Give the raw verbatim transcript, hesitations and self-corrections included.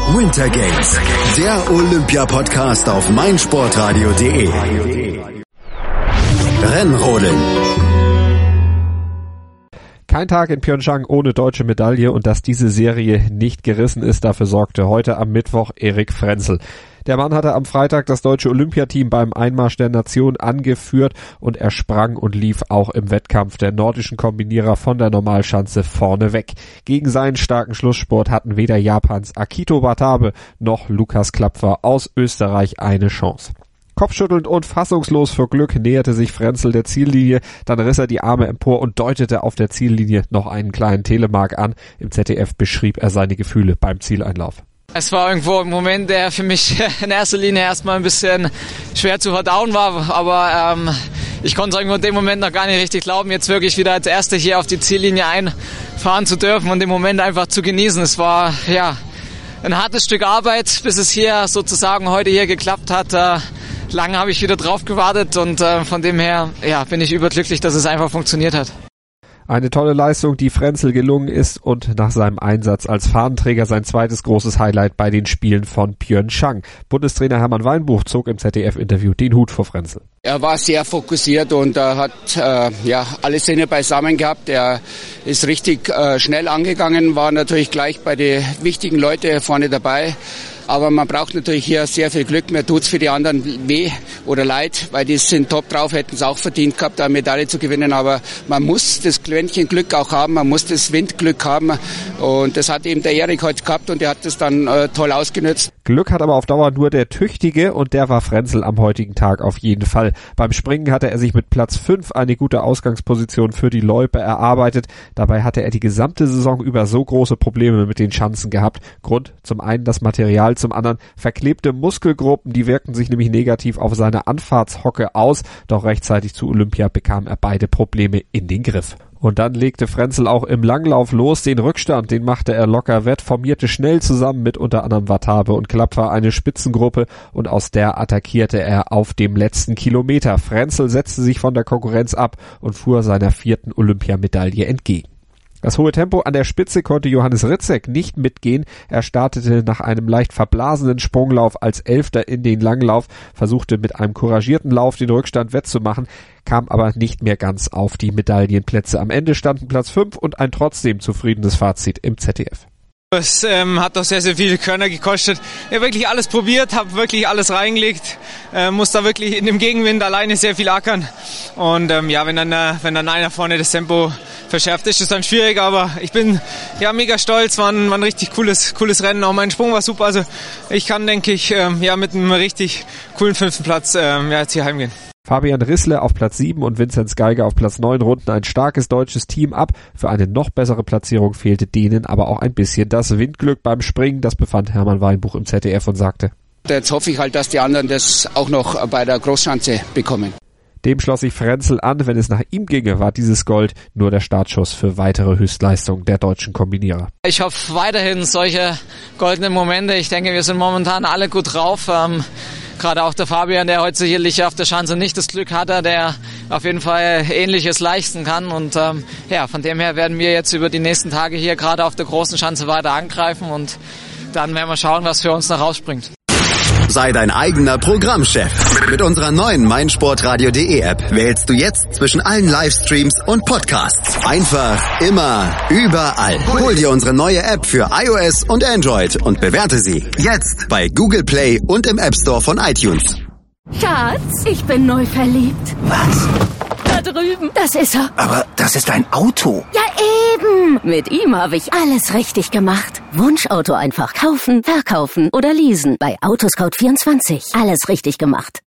Winter Games, der Olympia-Podcast auf meinsportradio punkt de. Rennrodeln. Kein Tag in Pyeongchang ohne deutsche Medaille, und dass diese Serie nicht gerissen ist, dafür sorgte heute am Mittwoch Erik Frenzel. Der Mann hatte am Freitag das deutsche Olympiateam beim Einmarsch der Nation angeführt und er sprang und lief auch im Wettkampf der nordischen Kombinierer von der Normalschanze vorne weg. Gegen seinen starken Schlusssport hatten weder Japans Akito Watabe noch Lukas Klapfer aus Österreich eine Chance. Kopfschüttelnd und fassungslos vor Glück näherte sich Frenzel der Ziellinie, dann riss er die Arme empor und deutete auf der Ziellinie noch einen kleinen Telemark an. Im Z D F beschrieb er seine Gefühle beim Zieleinlauf. Es war irgendwo ein Moment, der für mich in erster Linie erstmal ein bisschen schwer zu verdauen war, aber ähm, ich konnte es irgendwo in dem Moment noch gar nicht richtig glauben, jetzt wirklich wieder als Erster hier auf die Ziellinie einfahren zu dürfen und den Moment einfach zu genießen. Es war ja ein hartes Stück Arbeit, bis es hier sozusagen heute hier geklappt hat. Äh, lange habe ich wieder drauf gewartet und äh, von dem her ja, bin ich überglücklich, dass es einfach funktioniert hat. Eine tolle Leistung, die Frenzel gelungen ist, und nach seinem Einsatz als Fahnenträger sein zweites großes Highlight bei den Spielen von Pyeongchang. Bundestrainer Hermann Weinbuch zog im Z D F-Interview den Hut vor Frenzel. Er war sehr fokussiert und äh, hat äh, ja alle Sinne beisammen gehabt. Er ist richtig äh, schnell angegangen, war natürlich gleich bei den wichtigen Leuten vorne dabei. Aber man braucht natürlich hier sehr viel Glück. Mir tut's für die anderen weh oder leid, weil die sind top drauf, hätten es auch verdient gehabt, eine Medaille zu gewinnen. Aber man muss das Quäntchen Glück auch haben, man muss das Windglück haben. Und das hat eben der Erik heute gehabt und der hat das dann äh, toll ausgenutzt. Glück hat aber auf Dauer nur der Tüchtige, und der war Frenzel am heutigen Tag auf jeden Fall. Beim Springen hatte er sich mit Platz fünf eine gute Ausgangsposition für die Loipe erarbeitet. Dabei hatte er die gesamte Saison über so große Probleme mit den Schanzen gehabt. Grund zum einen das Material, zum anderen verklebte Muskelgruppen, die wirkten sich nämlich negativ auf seine Anfahrtshocke aus. Doch rechtzeitig zu Olympia bekam er beide Probleme in den Griff. Und dann legte Frenzel auch im Langlauf los. Den Rückstand, den machte er locker wett, formierte schnell zusammen mit unter anderem Watabe und Klapfer eine Spitzengruppe, und aus der attackierte er auf dem letzten Kilometer. Frenzel setzte sich von der Konkurrenz ab und fuhr seiner vierten Olympiamedaille entgegen. Das hohe Tempo an der Spitze konnte Johannes Ritzek nicht mitgehen. Er startete nach einem leicht verblasenen Sprunglauf als Elfter in den Langlauf, versuchte mit einem couragierten Lauf den Rückstand wettzumachen, kam aber nicht mehr ganz auf die Medaillenplätze. Am Ende standen Platz fünf und ein trotzdem zufriedenes Fazit im Z D F. Es ähm, hat doch sehr, sehr viele Körner gekostet. Ich habe wirklich alles probiert, habe wirklich alles reingelegt, äh, muss da wirklich in dem Gegenwind alleine sehr viel ackern. Und ähm, ja, wenn dann, äh, wenn dann einer vorne das Tempo verschärft, ist es dann schwierig. Aber ich bin ja mega stolz, war ein, war ein richtig cooles, cooles Rennen. Auch mein Sprung war super. Also ich kann, denke ich, ähm, ja mit einem richtig coolen fünften Platz ähm, ja, jetzt hier heimgehen. Fabian Rissle auf Platz sieben und Vinzenz Geiger auf Platz neun runden ein starkes deutsches Team ab. Für eine noch bessere Platzierung fehlte denen aber auch ein bisschen das Windglück beim Springen. Das befand Hermann Weinbuch im Z D F und sagte: Jetzt hoffe ich halt, dass die anderen das auch noch bei der Großschanze bekommen. Dem schloss sich Frenzel an. Wenn es nach ihm ginge, war dieses Gold nur der Startschuss für weitere Höchstleistungen der deutschen Kombinierer. Ich hoffe weiterhin solche goldenen Momente. Ich denke, wir sind momentan alle gut drauf. Ähm Gerade auch der Fabian, der heute sicherlich auf der Schanze nicht das Glück hatte, der auf jeden Fall Ähnliches leisten kann. Und ähm, ja, von dem her werden wir jetzt über die nächsten Tage hier gerade auf der großen Schanze weiter angreifen und dann werden wir schauen, was für uns noch rausspringt. Sei dein eigener Programmchef. Mit unserer neuen meinsportradio punkt de App wählst du jetzt zwischen allen Livestreams und Podcasts. Einfach, immer, überall. Hol dir unsere neue App für iOS und Android und bewerte sie jetzt bei Google Play und im App Store von iTunes. Schatz, ich bin neu verliebt. Was? Da drüben. Das ist er. Aber das ist ein Auto. Ja, eben. Mit ihm habe ich alles richtig gemacht. Wunschauto einfach kaufen, verkaufen oder leasen. Bei Autoscout vierundzwanzig. Alles richtig gemacht.